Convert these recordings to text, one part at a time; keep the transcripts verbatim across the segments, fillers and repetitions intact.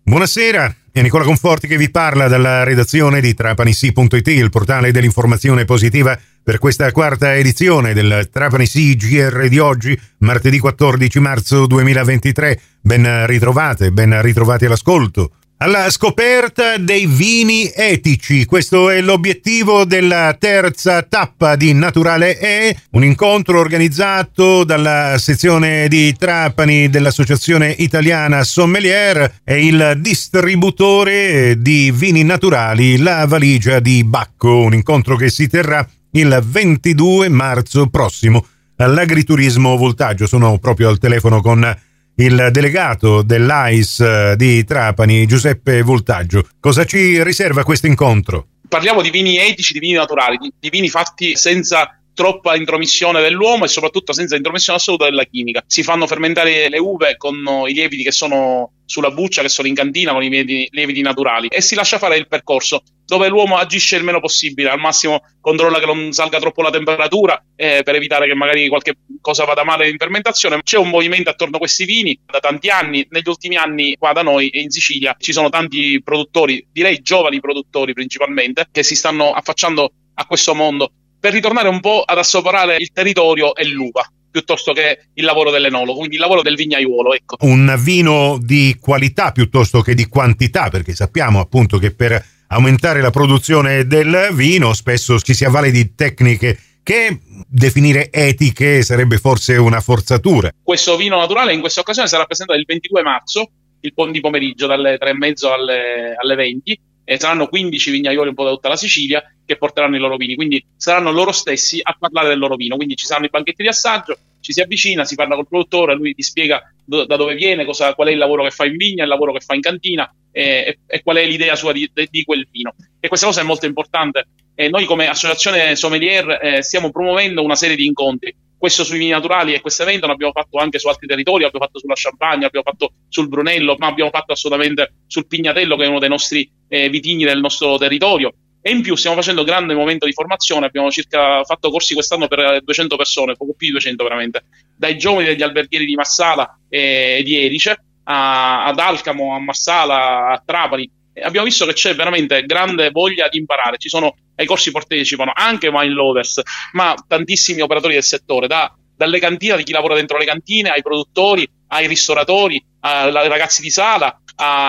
Buonasera, è Nicola Conforti che vi parla dalla redazione di Trapanisi punto it, il portale dell'informazione positiva, per questa quarta edizione del Trapanisi G R di oggi, martedì quattordici marzo duemilaventitré. Ben ritrovate, ben ritrovati all'ascolto. Alla scoperta dei vini etici, questo è l'obiettivo della terza tappa di Naturale E, un incontro organizzato dalla sezione di Trapani dell'Associazione Italiana Sommelier e il distributore di vini naturali La Valigia di Bacco, un incontro che si terrà il ventidue marzo prossimo all'Agriturismo Voltaggio. Sono proprio al telefono con il delegato dell'A I S di Trapani, Giuseppe Voltaggio. Cosa ci riserva questo incontro? Parliamo di vini etici, di vini naturali, di, di vini fatti senza troppa intromissione dell'uomo e soprattutto senza intromissione assoluta della chimica. Si fanno fermentare le uve con i lieviti che sono sulla buccia, che sono in cantina, con i lieviti, lieviti naturali, e si lascia fare il percorso dove l'uomo agisce il meno possibile, al massimo controlla che non salga troppo la temperatura eh, per evitare che magari qualche cosa vada male in fermentazione. C'è un movimento attorno a questi vini da tanti anni. Negli ultimi anni qua da noi in Sicilia ci sono tanti produttori, direi giovani produttori principalmente, che si stanno affacciando a questo mondo per ritornare un po' ad assaporare il territorio e l'uva, piuttosto che il lavoro dell'enologo, quindi il lavoro del vignaiuolo, ecco. Un vino di qualità piuttosto che di quantità, perché sappiamo appunto che per aumentare la produzione del vino spesso ci si avvale di tecniche che definire etiche sarebbe forse una forzatura. Questo vino naturale in questa occasione sarà presentato il ventidue marzo, il di pomeriggio, dalle tre e mezzo alle, alle venti, e saranno quindici vignaioli un po' da tutta la Sicilia che porteranno i loro vini, quindi saranno loro stessi a parlare del loro vino, quindi ci saranno i banchetti di assaggio, ci si avvicina, si parla col produttore, lui ti spiega do, da dove viene, cosa, qual è il lavoro che fa in vigna, il lavoro che fa in cantina e, e, e qual è l'idea sua di, di, di quel vino. E questa cosa è molto importante. E noi come associazione sommelier eh, stiamo promuovendo una serie di incontri. Questo sui vini naturali e questo evento l'abbiamo fatto anche su altri territori, l'abbiamo fatto sulla Champagne, l'abbiamo fatto sul Brunello, ma abbiamo fatto assolutamente sul Pignatello, che è uno dei nostri eh, vitigni del nostro territorio. E in più stiamo facendo un grande momento di formazione, abbiamo circa fatto corsi quest'anno per duecento persone, poco più di duecento veramente, dai giovani degli alberghieri di Marsala e di Erice a, ad Alcamo, a Marsala, a Trapani. E abbiamo visto che c'è veramente grande voglia di imparare. Ci sono, ai corsi partecipano anche wine lovers, ma tantissimi operatori del settore, da, dalle cantine, di chi lavora dentro le cantine, ai produttori, ai ristoratori, ai ragazzi di sala,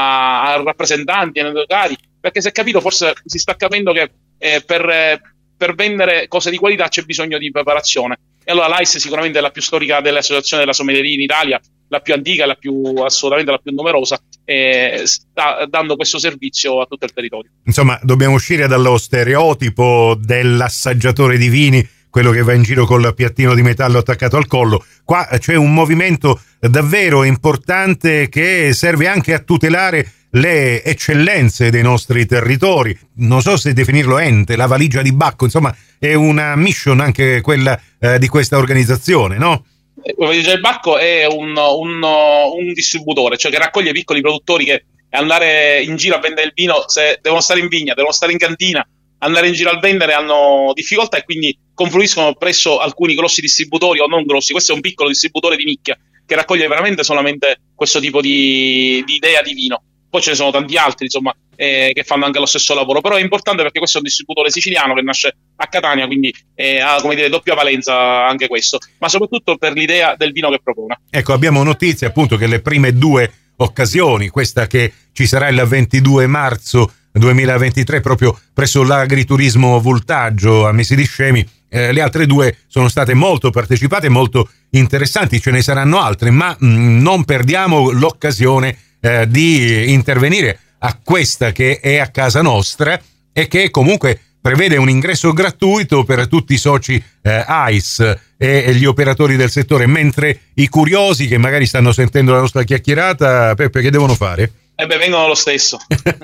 a, a rappresentanti, ai locali, perché si è capito, forse si sta capendo che eh, per, eh, per vendere cose di qualità c'è bisogno di preparazione. E allora l'A I S sicuramente è la più storica delle associazioni della sommelieria in Italia, la più antica, la più assolutamente la più numerosa, e sta dando questo servizio a tutto il territorio. Insomma, dobbiamo uscire dallo stereotipo dell'assaggiatore di vini, quello che va in giro col piattino di metallo attaccato al collo. Qua c'è un movimento davvero importante che serve anche a tutelare le eccellenze dei nostri territori. Non so se definirlo ente, La Valigia di Bacco, insomma è una mission anche quella eh, di questa organizzazione, no? La Valigia di Bacco è un, un, un distributore, cioè che raccoglie piccoli produttori che andare in giro a vendere il vino, se devono stare in vigna, devono stare in cantina, andare in giro a vendere hanno difficoltà e quindi confluiscono presso alcuni grossi distributori o non grossi. Questo è un piccolo distributore di nicchia che raccoglie veramente solamente questo tipo di, di idea di vino. Poi ce ne sono tanti altri, insomma, eh, che fanno anche lo stesso lavoro, però è importante perché questo è un distributore siciliano che nasce a Catania, quindi eh, ha, come dire, doppia valenza anche questo, ma soprattutto per l'idea del vino che propone. Ecco, abbiamo notizie appunto che le prime due occasioni, questa che ci sarà il ventidue marzo duemilaventitré proprio presso l'Agriturismo Voltaggio a Mesi di Scemi, eh, le altre due sono state molto partecipate, molto interessanti, ce ne saranno altre, ma mh, non perdiamo l'occasione eh, di intervenire a questa che è a casa nostra e che comunque prevede un ingresso gratuito per tutti i soci eh, A I S e, e gli operatori del settore, mentre i curiosi che magari stanno sentendo la nostra chiacchierata, Peppe, che devono fare? E beh, vengono lo stesso.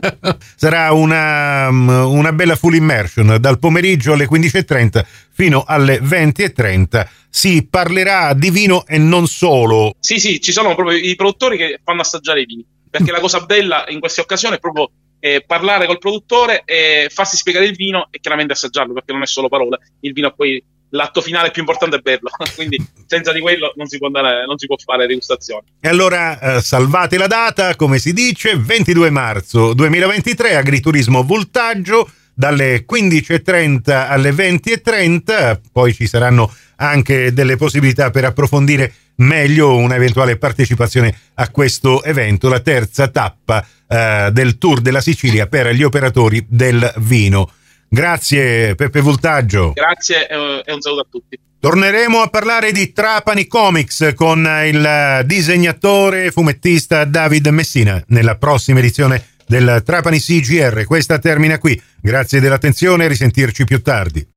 Sarà una, una bella full immersion dal pomeriggio alle quindici e trenta fino alle venti e trenta. Si parlerà di vino e non solo. Sì, sì, ci sono proprio i produttori che fanno assaggiare i vini, perché la cosa bella in queste occasioni è proprio eh, parlare col produttore e farsi spiegare il vino e chiaramente assaggiarlo, perché non è solo parole. Il vino poi l'atto finale più importante è berlo, quindi senza di quello non si può andare, non si può fare degustazione. E allora eh, salvate la data, come si dice, ventidue marzo duemilaventitré, Agriturismo Voltaggio, dalle quindici e trenta alle venti e trenta, poi ci saranno anche delle possibilità per approfondire meglio un'eventuale partecipazione a questo evento, la terza tappa eh, del Tour della Sicilia per gli operatori del vino. Grazie Peppe Voltaggio. Grazie e un saluto a tutti. Torneremo a parlare di Trapani Comics con il disegnatore e fumettista David Messina nella prossima edizione del Trapani C G R. Questa termina qui. Grazie dell'attenzione e risentirci più tardi.